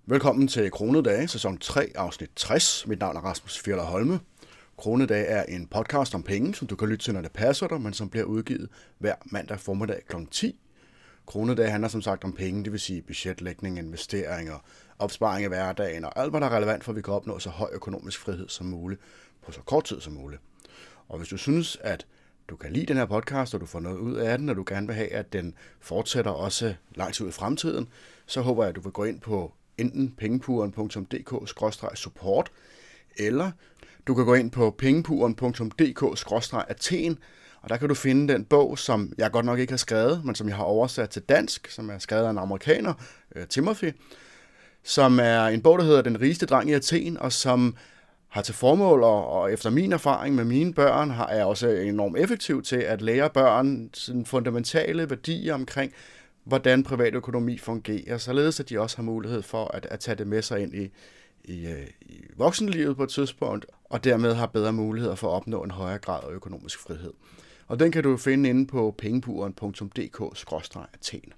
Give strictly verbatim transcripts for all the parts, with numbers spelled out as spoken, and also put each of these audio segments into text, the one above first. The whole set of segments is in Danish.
Velkommen til Kronedage, sæson tre, afsnit tres. Mit navn er Rasmus Fjeller Holme. Kronedage er en podcast om penge, som du kan lytte til, når det passer dig, men som bliver udgivet hver mandag formiddag klokken ti. Kronedage handler som sagt om penge, det vil sige budgetlægning, investeringer, opsparing i hverdagen og alt, hvad der er relevant for, at vi kan opnå så høj økonomisk frihed som muligt på så kort tid som muligt. Og hvis du synes, at du kan lide den her podcast, og du får noget ud af den, og du gerne vil have, at den fortsætter også lang tid ud i fremtiden, så håber jeg, at du vil gå ind på enten pengepuren punktum d k skråstreg support, eller du kan gå ind på pengepuren punktum d k skråstreg athen, og der kan du finde den bog, som jeg godt nok ikke har skrevet, men som jeg har oversat til dansk, som er skrevet af en amerikaner, Timothy, som er en bog, der hedder Den rigeste dreng i Athen, og som har til formål, og efter min erfaring med mine børn, har jeg også enormt effektiv til at lære børn sådan fundamentale værdier omkring, hvordan privatøkonomi fungerer, således at de også har mulighed for at, at tage det med sig ind i, i, i voksenlivet på et tidspunkt, og dermed har bedre muligheder for at opnå en højere grad af økonomisk frihed. Og den kan du finde inde på pengepuren punktum d k skråstreg athen.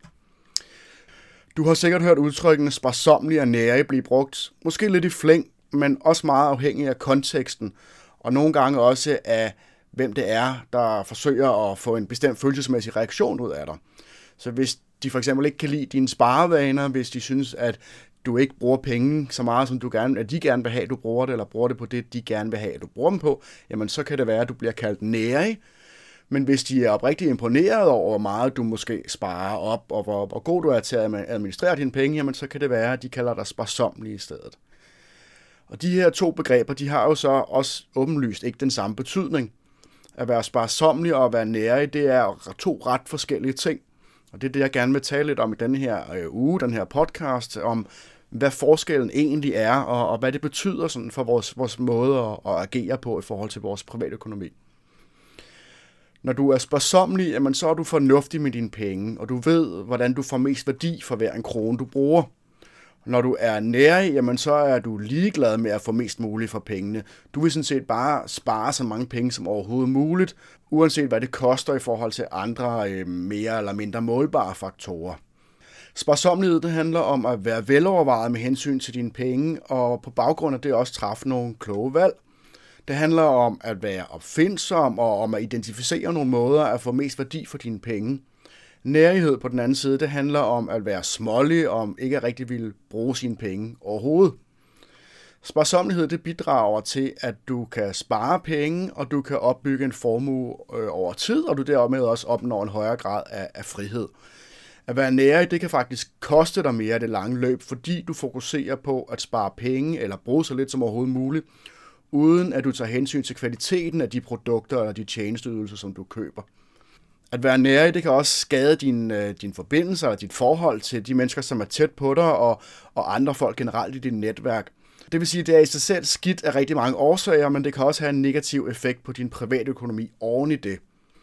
Du har sikkert hørt udtrykkene sparsomlig og nærig blive brugt, måske lidt i flæng, men også meget afhængig af konteksten, og nogle gange også af, hvem det er, der forsøger at få en bestemt følelsesmæssig reaktion ud af dig. Så hvis de for eksempel ikke kan lide dine sparevaner, hvis de synes, at du ikke bruger penge så meget, som du gerne, at de gerne vil have, at du bruger det, eller bruger det på det, de gerne vil have, at du bruger dem på, jamen så kan det være, at du bliver kaldt nærig. Men hvis de er oprigtigt imponeret over, hvor meget du måske sparer op, og hvor, hvor god du er til at administrere dine penge, jamen så kan det være, at de kalder dig sparsomlig i stedet. Og de her to begreber, de har jo så også åbenlyst ikke den samme betydning. At være sparsomlig og at være nærig, det er to ret forskellige ting. Og det er det, jeg gerne vil tale lidt om i denne her øh, uge, den her podcast, om hvad forskellen egentlig er, og, og hvad det betyder sådan for vores, vores måde at, at agere på i forhold til vores privatøkonomi. Når du er sparsomlig, jamen, så er du fornuftig med dine penge, og du ved, hvordan du får mest værdi for hver en krone, du bruger. Når du er nærig, jamen så er du ligeglad med at få mest muligt for pengene. Du vil sådan set bare spare så mange penge som overhovedet muligt, uanset hvad det koster i forhold til andre øh, mere eller mindre målbare faktorer. Sparsomlighed, det handler om at være velovervejet med hensyn til dine penge, og på baggrund af det også træffe nogle kloge valg. Det handler om at være opfindsom og om at identificere nogle måder at få mest værdi for dine penge. Nærighed på den anden side, det handler om at være smålig, om ikke at rigtig ville bruge sine penge overhovedet. Sparsomlighed, det bidrager til, at du kan spare penge, og du kan opbygge en formue øh, over tid, og du dermed også opnår en højere grad af, af frihed. At være nærig, det kan faktisk koste dig mere i det lange løb, fordi du fokuserer på at spare penge eller bruge så lidt som overhovedet muligt, uden at du tager hensyn til kvaliteten af de produkter eller de tjenesteydelser, som du køber. At være nærig, det kan også skade dine din forbindelser og dit forhold til de mennesker, som er tæt på dig, og, og andre folk generelt i dit netværk. Det vil sige, at det er i sig selv skidt af rigtig mange årsager, men det kan også have en negativ effekt på din private økonomi oven i det.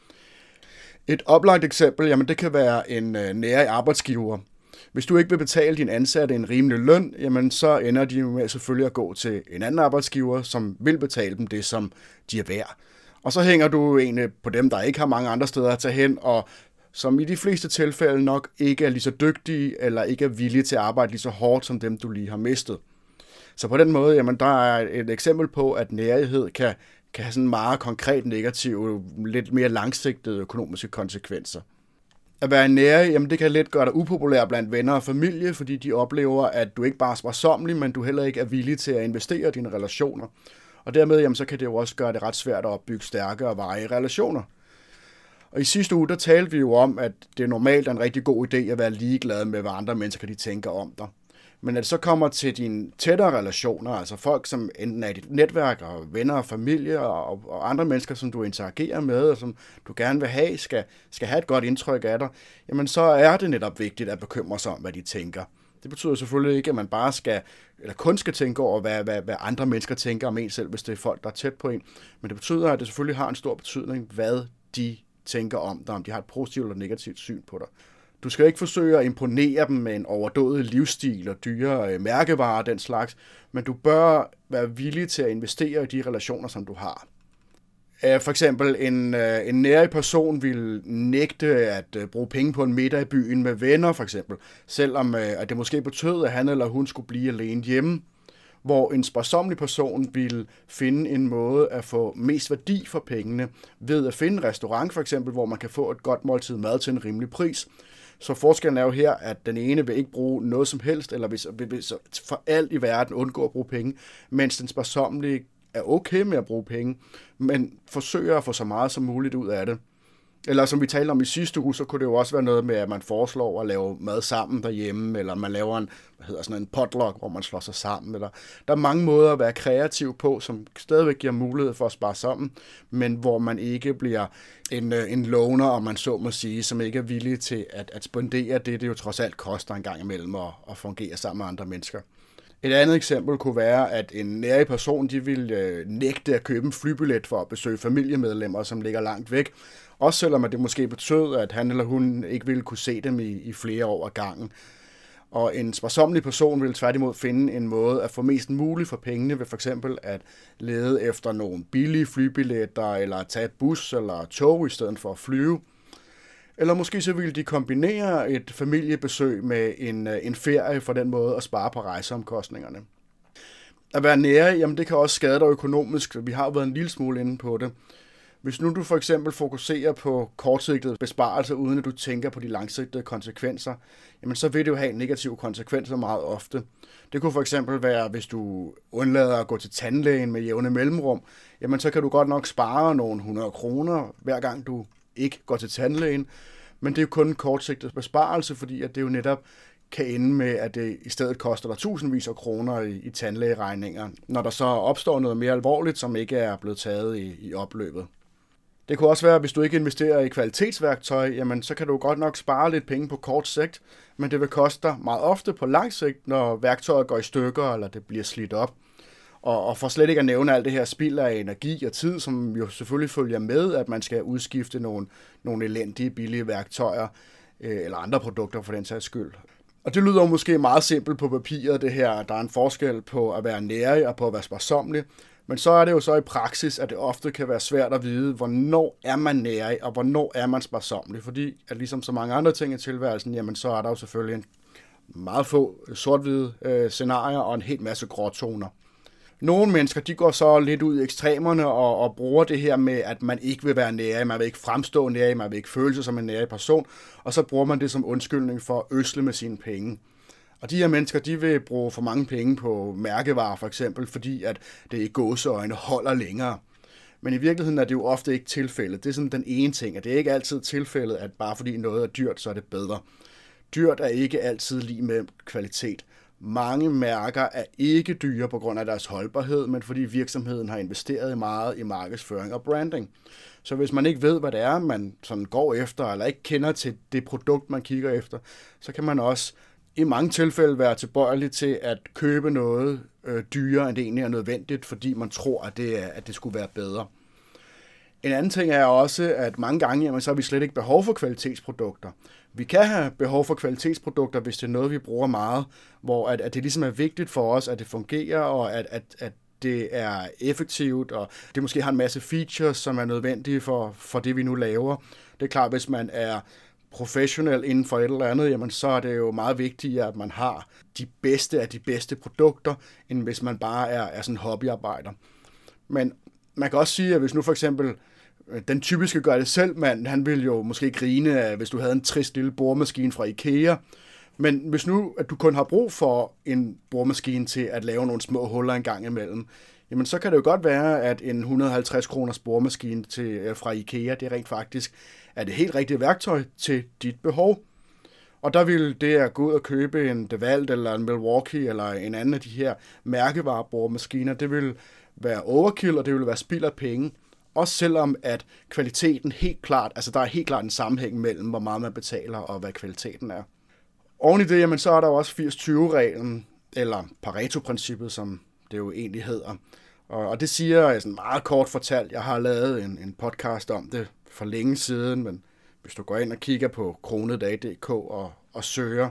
Et oplagt eksempel, jamen det kan være en nærig arbejdsgiver. Hvis du ikke vil betale din ansatte en rimelig løn, jamen så ender de med selvfølgelig at gå til en anden arbejdsgiver, som vil betale dem det, som de er værd. Og så hænger du egentlig på dem, der ikke har mange andre steder at tage hen, og som i de fleste tilfælde nok ikke er lige så dygtige, eller ikke er villige til at arbejde lige så hårdt, som dem, du lige har mistet. Så på den måde, jamen, der er et eksempel på, at nærighed kan, kan have sådan meget konkret negative, lidt mere langsigtede økonomiske konsekvenser. At være nærig, jamen det kan let gøre dig upopulær blandt venner og familie, fordi de oplever, at du ikke bare er sparsomlig, men du heller ikke er villig til at investere i dine relationer. Og dermed jamen, så kan det jo også gøre det ret svært at opbygge stærke og varige relationer. Og i sidste uge, der talte vi jo om, at det er normalt en rigtig god idé at være ligeglad med, hvad andre mennesker de tænker om dig. Men at det så kommer til dine tættere relationer, altså folk, som enten er i dit netværk, og venner og familie, og, og andre mennesker, som du interagerer med, og som du gerne vil have, skal, skal have et godt indtryk af dig, jamen så er det netop vigtigt at bekymre sig om, hvad de tænker. Det betyder selvfølgelig ikke, at man bare skal, eller kun skal tænke over, hvad, hvad, hvad andre mennesker tænker om en selv, hvis det er folk, der er tæt på en. Men det betyder, at det selvfølgelig har en stor betydning, hvad de tænker om dig, om de har et positivt eller negativt syn på dig. Du skal ikke forsøge at imponere dem med en overdådig livsstil og dyre mærkevarer og den slags, men du bør være villig til at investere i de relationer, som du har. For eksempel en, en nærig person vil nægte at bruge penge på en middag i byen med venner, for eksempel, selvom at det måske betød, at han eller hun skulle blive alene hjemme, hvor en sparsommelig person vil finde en måde at få mest værdi for pengene ved at finde en restaurant, for eksempel, hvor man kan få et godt måltid mad til en rimelig pris. Så forskellen er jo her, at den ene vil ikke bruge noget som helst, eller vil, vil for alt i verden undgå at bruge penge, mens den sparsommelige er okay med at bruge penge, men forsøger at få så meget som muligt ud af det. Eller som vi talte om i sidste uge, så kunne det jo også være noget med, at man foreslår at lave mad sammen derhjemme, eller man laver en, hvad hedder sådan en potluck, hvor man slår sig sammen. Eller der er mange måder at være kreativ på, som stadigvæk giver mulighed for at spare sammen, men hvor man ikke bliver en, en loner, om man så må sige, som ikke er villig til at, at spendere det, det jo trods alt koster en gang imellem at, at fungere sammen med andre mennesker. Et andet eksempel kunne være, at en nærig person de vil øh, nægte at købe en flybillet for at besøge familiemedlemmer, som ligger langt væk. Også selvom at det måske betød, at han eller hun ikke ville kunne se dem i, i flere år ad gangen. Og en sparsommelig person vil tværtimod finde en måde at få mest muligt for pengene ved for eksempel at lede efter nogle billige flybilletter, eller tage et bus eller tog i stedet for at flyve. Eller måske så vil de kombinere et familiebesøg med en, en ferie for den måde at spare på rejseomkostningerne. At være nære, jamen det kan også skade dig økonomisk. Vi har jo været en lille smule inde på det. Hvis nu du for eksempel fokuserer på kortsigtede besparelser, uden at du tænker på de langsigtede konsekvenser, jamen så vil det jo have negative konsekvenser meget ofte. Det kunne for eksempel være, hvis du undlader at gå til tandlægen med jævne mellemrum, jamen så kan du godt nok spare nogle hundrede kroner, hver gang du ikke går til tandlægen, men det er jo kun en kortsigtet besparelse, fordi at det jo netop kan ende med, at det i stedet koster dig tusindvis af kroner i, i tandlægeregninger, når der så opstår noget mere alvorligt, som ikke er blevet taget i, i opløbet. Det kunne også være, at hvis du ikke investerer i kvalitetsværktøj, jamen så kan du godt nok spare lidt penge på kort sigt, men det vil koste dig meget ofte på lang sigt, når værktøjet går i stykker, eller det bliver slidt op. Og, og for slet ikke at nævne alt det her spild af energi og tid, som jo selvfølgelig følger med, at man skal udskifte nogle, nogle elendige, billige værktøjer, øh, eller andre produkter for den sags skyld. Og det lyder jo måske meget simpelt på papiret, det her. Der er en forskel på at være nærig og på at være sparsommelig. Men så er det jo så i praksis, at det ofte kan være svært at vide, hvornår er man nærig, og hvornår er man sparsommelig. Fordi at ligesom så mange andre ting i tilværelsen, jamen så er der jo selvfølgelig en meget få sort-hvide øh, scenarier og en helt masse gråtoner. Nogle mennesker, de går så lidt ud i ekstremerne og, og bruger det her med, at man ikke vil være nærig, man vil ikke fremstå nærig, man vil ikke føle sig som en nærig person, og så bruger man det som undskyldning for at øsle med sine penge. Og de her mennesker, de vil bruge for mange penge på mærkevarer for eksempel, fordi at det i gåseøjne holder længere. Men i virkeligheden er det jo ofte ikke tilfældet. Det er sådan den ene ting, at det er ikke altid tilfældet, at bare fordi noget er dyrt, så er det bedre. Dyrt er ikke altid lige med kvalitet. Mange mærker er ikke dyre på grund af deres holdbarhed, men fordi virksomheden har investeret meget i markedsføring og branding. Så hvis man ikke ved, hvad det er, man sådan går efter, eller ikke kender til det produkt, man kigger efter, så kan man også i mange tilfælde være tilbøjelig til at købe noget øh, dyrere, end det egentlig er nødvendigt, fordi man tror, at det, er, at det skulle være bedre. En anden ting er også, at mange gange jamen, så har vi slet ikke behov for kvalitetsprodukter. Vi kan have behov for kvalitetsprodukter, hvis det er noget, vi bruger meget, hvor at, at det ligesom er vigtigt for os, at det fungerer, og at, at, at det er effektivt, og det måske har en masse features, som er nødvendige for, for det, vi nu laver. Det er klart, hvis man er professionel inden for et eller andet, jamen så er det jo meget vigtigt, at man har de bedste af de bedste produkter, end hvis man bare er, er sådan en hobbyarbejder. Men man kan også sige, at hvis nu for eksempel den typiske gør det selv mand, han vil jo måske grine, hvis du havde en trist lille boremaskine fra IKEA. Men hvis nu at du kun har brug for en boremaskine til at lave nogle små huller en gang imellem, jamen så kan det jo godt være, at en et hundrede og halvtreds kroners boremaskine til, fra IKEA, det er rent faktisk er det helt rigtige værktøj til dit behov. Og der vil det at gå ud og købe en DeWalt eller en Milwaukee eller en anden af de her mærkevareboremaskiner, det vil være overkill, og det vil være spild af penge. Også selvom at kvaliteten helt klart, altså der er helt klart en sammenhæng mellem, hvor meget man betaler og hvad kvaliteten er. Oven i det, jamen, så er der også firs tyve-reglen, eller Pareto-princippet, som det jo egentlig hedder. Og, og det siger jeg sådan meget kort fortalt. Jeg har lavet en, en podcast om det for længe siden, men hvis du går ind og kigger på kronedag punktum d k og, og søger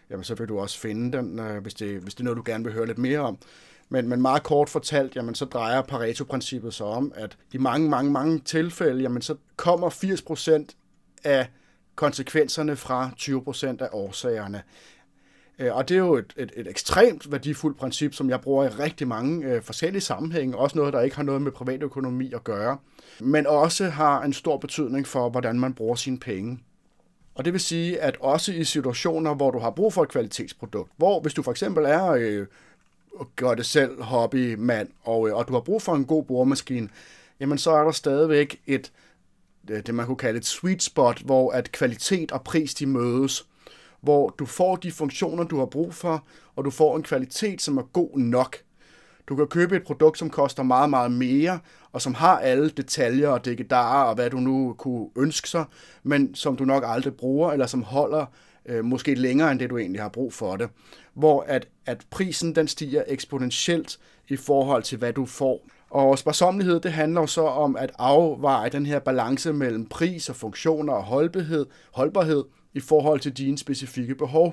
jamen så vil du også finde den, øh, hvis, det, hvis det er noget, du gerne vil høre lidt mere om. Men, men meget kort fortalt, jamen så drejer Pareto-princippet sig om, at i mange, mange, mange tilfælde, jamen så kommer firs procent af konsekvenserne fra tyve procent af årsagerne. Og det er jo et, et, et ekstremt værdifuldt princip, som jeg bruger i rigtig mange øh, forskellige sammenhænge. Også noget, der ikke har noget med privatøkonomi at gøre, men også har en stor betydning for, hvordan man bruger sine penge. Og det vil sige, at også i situationer, hvor du har brug for et kvalitetsprodukt, hvor hvis du for eksempel er øh, gør det selv hobbymand, og, øh, og du har brug for en god boremaskine, jamen så er der stadigvæk et, det man kunne kalde et sweet spot, hvor at kvalitet og pris de mødes, hvor du får de funktioner, du har brug for, og du får en kvalitet, som er god nok. Du kan købe et produkt, som koster meget, meget mere, og som har alle detaljer og dikkedarer, og hvad du nu kunne ønske sig, men som du nok aldrig bruger, eller som holder øh, måske længere, end det du egentlig har brug for det. Hvor at, at prisen den stiger eksponentielt i forhold til, hvad du får. Og sparsommelighed, det handler jo så om at afveje den her balance mellem pris og funktioner og holdbarhed, holdbarhed i forhold til dine specifikke behov.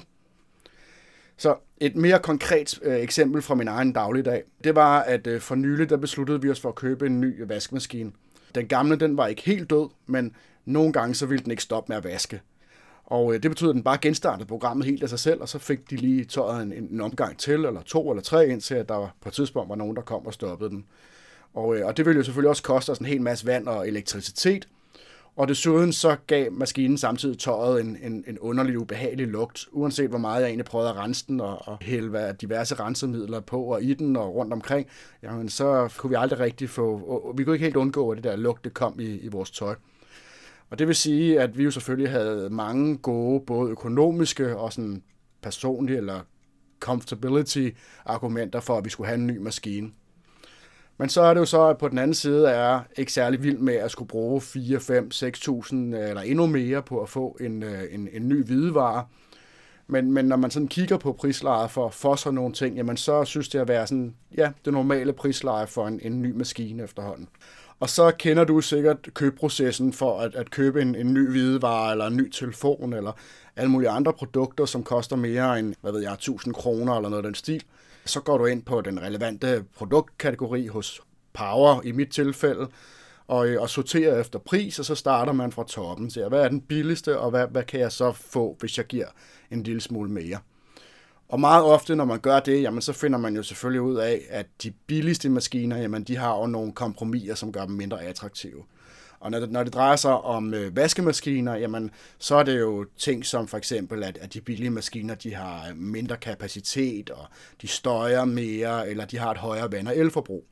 Så et mere konkret øh, eksempel fra min egen dagligdag, det var, at øh, for nylig, der besluttede vi os for at købe en ny vaskemaskine. Den gamle, den var ikke helt død, men nogle gange så ville den ikke stoppe med at vaske. Og øh, det betyder, at den bare genstartede programmet helt af sig selv, og så fik de lige tøjet en, en omgang til, eller to eller tre, indtil at der var, på et tidspunkt var nogen, der kom og stoppede den. Og, øh, og det ville jo selvfølgelig også koste os en hel masse vand og elektricitet. Og desuden så gav maskinen samtidig tøjet en, en, en underlig, ubehagelig lugt, uanset hvor meget jeg egentlig prøvede at rense den og, og hælde diverse rensemidler på og i den og rundt omkring, jamen så kunne vi aldrig rigtig få, vi kunne ikke helt undgå, at det der lugt det kom i, i vores tøj. Og det vil sige, at vi jo selvfølgelig havde mange gode, både økonomiske og sådan personlige eller comfortability argumenter for, at vi skulle have en ny maskine. Men så er det jo så, at på den anden side er ikke særlig vild med at skulle bruge fire, fem, seks tusind eller endnu mere på at få en, en, en ny hvidevare. Men, men når man sådan kigger på prislejet for, for sådan nogle ting, jamen så synes det at være sådan, ja, det normale prisleje for en, en ny maskine efterhånden. Og så kender du sikkert købprocessen for at, at købe en, en ny hvidevare eller en ny telefon eller alle mulige andre produkter, som koster mere end, hvad ved jeg, tusind kroner eller noget af den stil. Så går du ind på den relevante produktkategori hos Power i mit tilfælde, og, og sorterer efter pris, og så starter man fra toppen. Så hvad er den billigste, og hvad, hvad kan jeg så få, hvis jeg giver en lille smule mere? Og meget ofte, når man gør det, jamen, så finder man jo selvfølgelig ud af, at de billigste maskiner, jamen, de har jo nogle kompromiser, som gør dem mindre attraktive. Og når det, når det drejer sig om øh, vaskemaskiner, jamen, så er det jo ting som for eksempel, at, at de billige maskiner, de har mindre kapacitet, og de støjer mere, eller de har et højere vand- og elforbrug.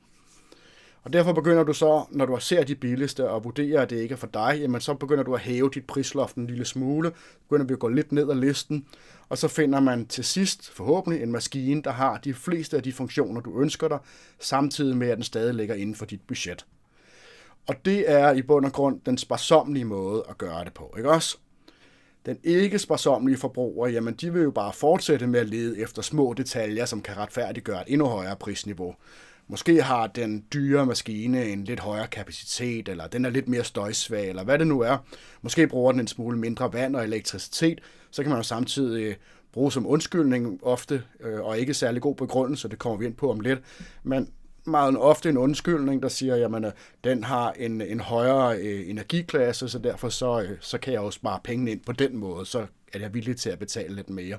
Og derfor begynder du så, når du ser de billigste og vurderer, at det ikke er for dig, jamen så begynder du at hæve dit prisloft en lille smule, begynder vi at gå lidt ned ad listen, og så finder man til sidst forhåbentlig en maskine, der har de fleste af de funktioner, du ønsker dig, samtidig med, at den stadig ligger inden for dit budget. Og det er i bund og grund den sparsommelige måde at gøre det på, ikke også? Den ikke sparsommelige forbruger, jamen de vil jo bare fortsætte med at lede efter små detaljer, som kan retfærdiggøre et endnu højere prisniveau. Måske har den dyre maskine en lidt højere kapacitet, eller den er lidt mere støjsvag, eller hvad det nu er. Måske bruger den en smule mindre vand og elektricitet, så kan man jo samtidig bruge som undskyldning ofte, og ikke særlig god begrundelse, det kommer vi ind på om lidt, men meget ofte en undskyldning, der siger, jamen, den har en, en højere øh, energiklasse, så derfor så, øh, så kan jeg jo spare pengene ind på den måde, så er jeg villig til at betale lidt mere.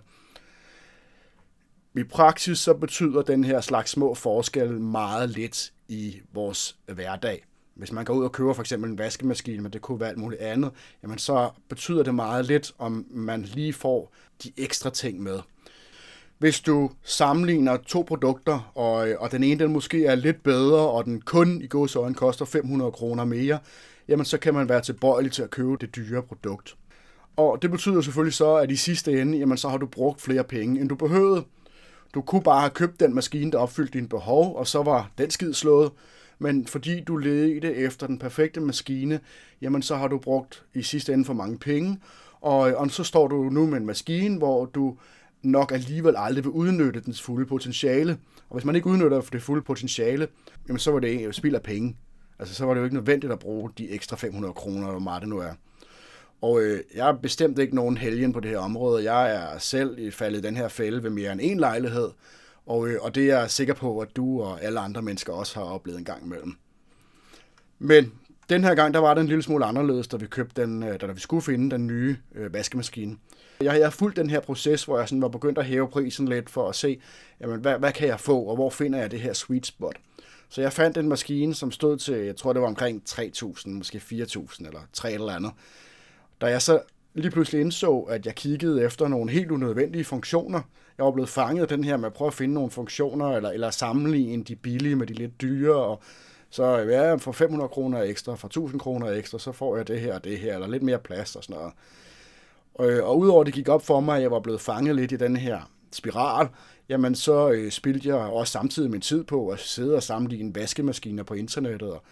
I praksis så betyder den her slags små forskelle meget lidt i vores hverdag. Hvis man går ud og køber for eksempel en vaskemaskine, men det kunne være alt muligt andet, jamen så betyder det meget lidt, om man lige får de ekstra ting med. Hvis du sammenligner to produkter, og, og den ene den måske er lidt bedre, og den kun i gåseøjne koster fem hundrede kroner mere, jamen så kan man være tilbøjelig til at købe det dyre produkt. Og det betyder selvfølgelig så, at i sidste ende, jamen så har du brugt flere penge, end du behøvede. Du kunne bare have købt den maskine, der opfyldte dine behov, og så var den skid slået. Men fordi du ledte efter den perfekte maskine, jamen så har du brugt i sidste ende for mange penge. Og, og så står du nu med en maskine, hvor du nok alligevel aldrig vil udnytte dens fulde potentiale. Og hvis man ikke udnytter det fulde potentiale, jamen så var det jo spild af penge. Altså så var det jo ikke nødvendigt at bruge de ekstra fem hundrede kroner, eller hvor meget det nu er. Og øh, jeg er bestemt ikke nogen helgen på det her område. Jeg er selv faldet i den her fælde ved mere end en lejlighed, og, øh, og det er jeg sikker på, at du og alle andre mennesker også har oplevet en gang imellem. Men den her gang, der var det en lille smule anderledes, da vi købte den, da vi skulle finde den nye øh, vaskemaskine. Jeg har fulgt den her proces, hvor jeg sådan var begyndt at hæve prisen lidt for at se, jamen, hvad, hvad kan jeg få, og hvor finder jeg det her sweet spot. Så jeg fandt en maskine, som stod til, jeg tror det var omkring tre tusind, måske fire tusind eller tre eller andet. Da jeg så lige pludselig indså, at jeg kiggede efter nogle helt unødvendige funktioner. Jeg var blevet fanget af den her med at prøve at finde nogle funktioner, eller, eller sammenligne de billige med de lidt dyre, og så ja, for fem hundrede kroner ekstra, for tusind kroner ekstra, så får jeg det her og det her, eller lidt mere plads og sådan noget. Og, og udover det gik op for mig, at jeg var blevet fanget lidt i den her spiral, jamen så øh, spildte jeg også samtidig min tid på at sidde og sammenligne vaskemaskiner på internettet. Og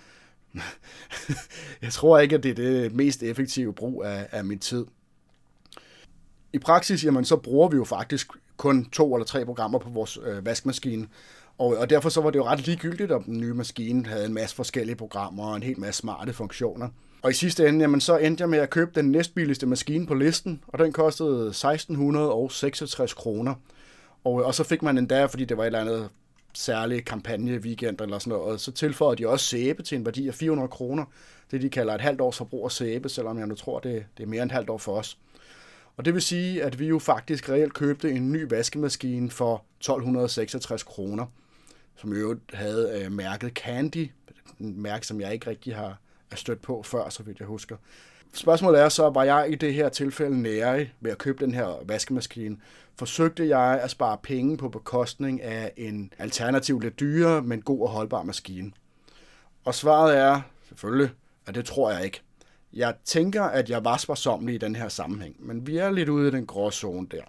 jeg tror ikke, at det er det mest effektive brug af, af min tid. I praksis, jamen så bruger vi jo faktisk kun to eller tre programmer på vores øh, vaskemaskine. Og, og derfor så var det jo ret ligegyldigt, om den nye maskine havde en masse forskellige programmer og en hel masse smarte funktioner. Og i sidste ende, jamen, så endte jeg med at købe den næstbilligste maskine på listen, og den kostede et tusind seks hundrede seksogtres kroner. Og, og så fik man endda, fordi det var et eller andet særlig kampagne weekend eller sådan noget, så tilføjede de også sæbe til en værdi af fire hundrede kroner. Det de kalder et halvt års forbrug af sæbe, selvom jeg nu tror, det, det er mere end et halvt år for os. Og det vil sige, at vi jo faktisk reelt købte en ny vaskemaskine for et tusind to hundrede seksogtres kroner, som jo havde øh, mærket Candy, en mærke, som jeg ikke rigtig har stødt på før, så vidt jeg husker. Spørgsmålet er så, var jeg i det her tilfælde nærig ved at købe den her vaskemaskine? Forsøgte jeg at spare penge på bekostning af en alternativ lidt dyrere, men god og holdbar maskine? Og svaret er selvfølgelig, at det tror jeg ikke. Jeg tænker, at jeg var sparsommelig i den her sammenhæng, men vi er lidt ude i den grå zone der.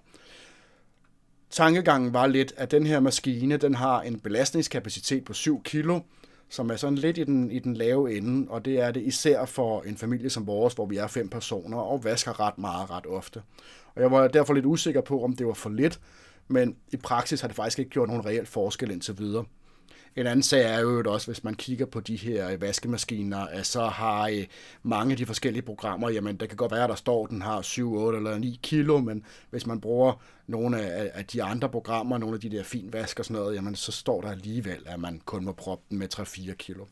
Tankegangen var lidt, at den her maskine, den har en belastningskapacitet på syv kilo, som er sådan lidt i den, i den lave ende, og det er det især for en familie som vores, hvor vi er fem personer, og vasker ret meget ret ofte. Og jeg var derfor lidt usikker på, om det var for lidt, men i praksis har det faktisk ikke gjort nogen reel forskel indtil videre. En anden sag er jo også, hvis man kigger på de her vaskemaskiner, at så har mange af de forskellige programmer, jamen der kan godt være, at der står, at den har syv, otte eller ni kilo, men hvis man bruger nogle af de andre programmer, nogle af de der finvask og sådan noget, jamen så står der alligevel, at man kun må proppe den med tre til fire kilo.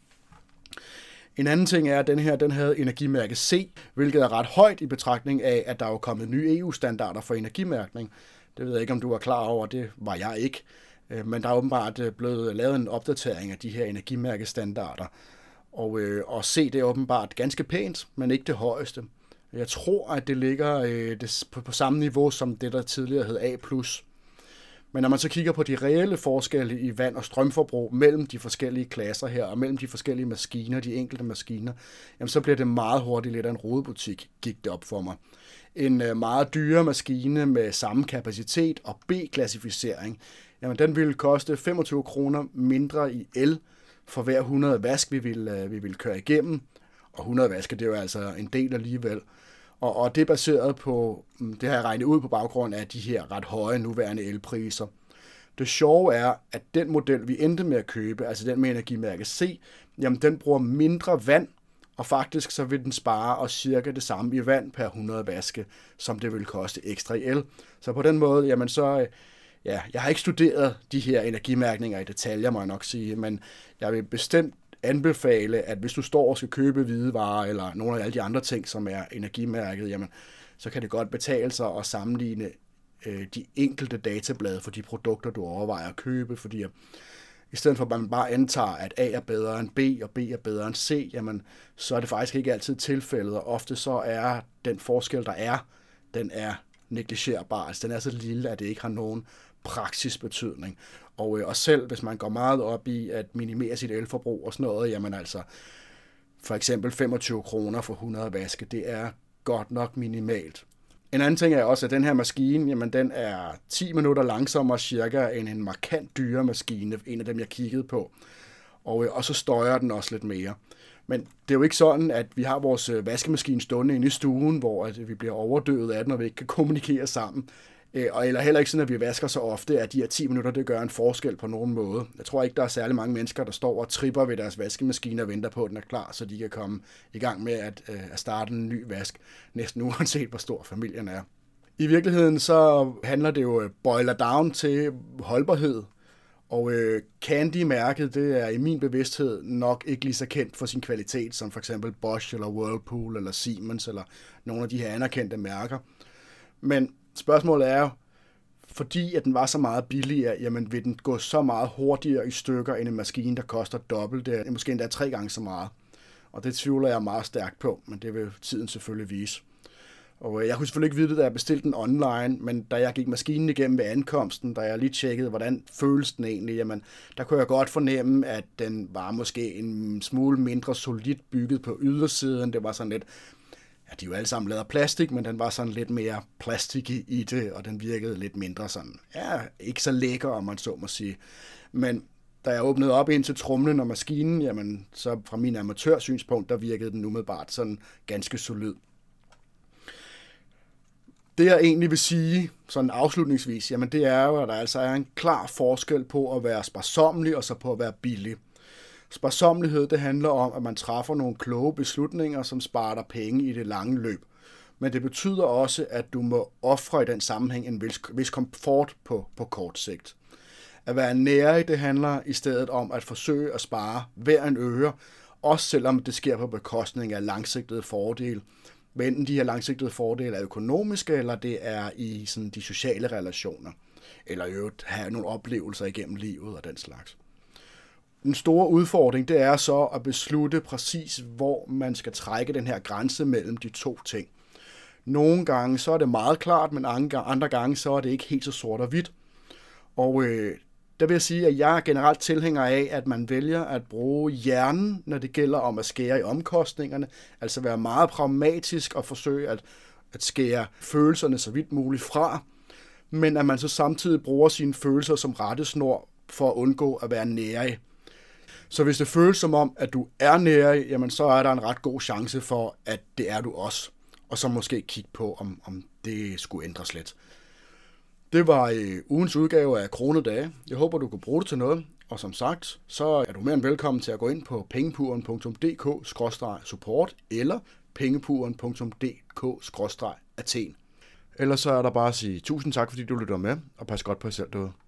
En anden ting er, at den her den havde energimærke C, hvilket er ret højt i betragtning af, at der er jo kommet nye E U-standarder for energimærkning. Det ved jeg ikke, om du er klar over, det var jeg ikke. Men der er åbenbart blevet lavet en opdatering af de her energimærkestandarder. Og, øh, og C, det er åbenbart ganske pænt, men ikke det højeste. Jeg tror, at det ligger øh, det, på, på samme niveau som det, der tidligere hed A plus. Men når man så kigger på de reelle forskelle i vand- og strømforbrug mellem de forskellige klasser her, og mellem de forskellige maskiner, de enkelte maskiner, jamen så bliver det meget hurtigt lidt af en rodebutik, gik det op for mig. En øh, meget dyre maskine med samme kapacitet og B-klassificering, jamen den ville koste femogtyve kroner mindre i el for hver hundrede vask, vi ville, vi ville køre igennem. Og hundrede vaske, det er jo altså en del alligevel. Og, og det er baseret på, det har jeg regnet ud på baggrund af de her ret høje nuværende elpriser. Det sjove er, at den model, vi endte med at købe, altså den med energimærke C, jamen den bruger mindre vand, og faktisk så vil den spare os cirka det samme i vand per hundrede vaske, som det vil koste ekstra i el. Så på den måde, jamen så... Ja, jeg har ikke studeret de her energimærkninger i detaljer, må jeg nok sige, men jeg vil bestemt anbefale, at hvis du står og skal købe hvidevarer eller nogle af alle de andre ting, som er energimærket, jamen, så kan det godt betale sig at sammenligne øh, de enkelte datablade for de produkter, du overvejer at købe, fordi i stedet for at man bare antager, at A er bedre end B, og B er bedre end C, jamen, så er det faktisk ikke altid tilfældet, og ofte så er den forskel, der er, den er negligerbar, altså den er så lille, at det ikke har nogen praksisbetydning. Og, øh, og selv hvis man går meget op i at minimere sit elforbrug og sådan noget, jamen altså for eksempel femogtyve kroner for hundrede vaske, det er godt nok minimalt. En anden ting er også, at den her maskine, jamen den er ti minutter langsommere cirka end en markant dyre maskine, en af dem jeg kiggede på. Og, øh, og så støjer den også lidt mere. Men det er jo ikke sådan, at vi har vores vaskemaskine stående inde i stuen, hvor at vi bliver overdøvet af den, og vi ikke kan kommunikere sammen. Og eller heller ikke sådan, at vi vasker så ofte, at de her ti minutter, det gør en forskel på nogen måde. Jeg tror ikke, der er særlig mange mennesker, der står og tripper ved deres vaskemaskine og venter på, at den er klar, så de kan komme i gang med at, at starte en ny vask, næsten uanset hvor stor familien er. I virkeligheden så handler det jo boiler down til holdbarhed, og øh, Candy-mærket, det er i min bevidsthed nok ikke lige så kendt for sin kvalitet, som for eksempel Bosch eller Whirlpool eller Siemens eller nogle af de her anerkendte mærker. Men spørgsmålet er jo, fordi at den var så meget billigere, jamen vil den gå så meget hurtigere i stykker end en maskine, der koster dobbelt, det er måske endda tre gange så meget. Og det tvivler jeg meget stærkt på, men det vil tiden selvfølgelig vise. Og jeg kunne selvfølgelig ikke vide det, da jeg bestilte den online, men da jeg gik maskinen igennem ved ankomsten, da jeg lige tjekkede, hvordan føles den egentlig, jamen, der kunne jeg godt fornemme, at den var måske en smule mindre solidt bygget på ydersiden. Det var sådan lidt, ja, de er jo alle sammen lavet af plastik, men den var sådan lidt mere plastik i det, og den virkede lidt mindre sådan, ja, ikke så lækker, om man så må sige. Men da jeg åbnede op ind til tromlen og maskinen, jamen, så fra min amatørsynspunkt, der virkede den umiddelbart sådan ganske solid. Det jeg egentlig vil sige, sådan afslutningsvis, jamen det er jo, at der altså er en klar forskel på at være sparsommelig og så på at være billig. Sparsommelighed, det handler om, at man træffer nogle kloge beslutninger, som sparer dig penge i det lange løb. Men det betyder også, at du må ofre i den sammenhæng en vis, vis komfort på, på kort sigt. At være nærig, det handler i stedet om at forsøge at spare hver en øre, også selvom det sker på bekostning af langsigtede fordele. Men enten de her langsigtede fordele er økonomiske, eller det er i sådan de sociale relationer, eller i øvrigt have nogle oplevelser igennem livet og den slags. Den store udfordring, det er så at beslutte præcis, hvor man skal trække den her grænse mellem de to ting. Nogle gange så er det meget klart, men andre gange så er det ikke helt så sort og hvidt. Og øh, der vil jeg sige, at jeg er generelt tilhænger af, at man vælger at bruge hjernen, når det gælder om at skære i omkostningerne. Altså være meget pragmatisk og forsøge at, at skære følelserne så vidt muligt fra. Men at man så samtidig bruger sine følelser som rettesnor for at undgå at være nærig. Så hvis det føles som om, at du er nærig, jamen så er der en ret god chance for, at det er du også. Og så måske kigge på, om, om det skulle ændres lidt. Det var øh, ugens udgave af Kronedage. Jeg håber, du kunne bruge det til noget. Og som sagt, så er du mere end velkommen til at gå ind på pengepuren punktum d k skråstreg support eller pengepuren punktum d k skråstreg athen. Ellers så er der bare at sige tusind tak, fordi du lytter med, og pas godt på jer selv derude.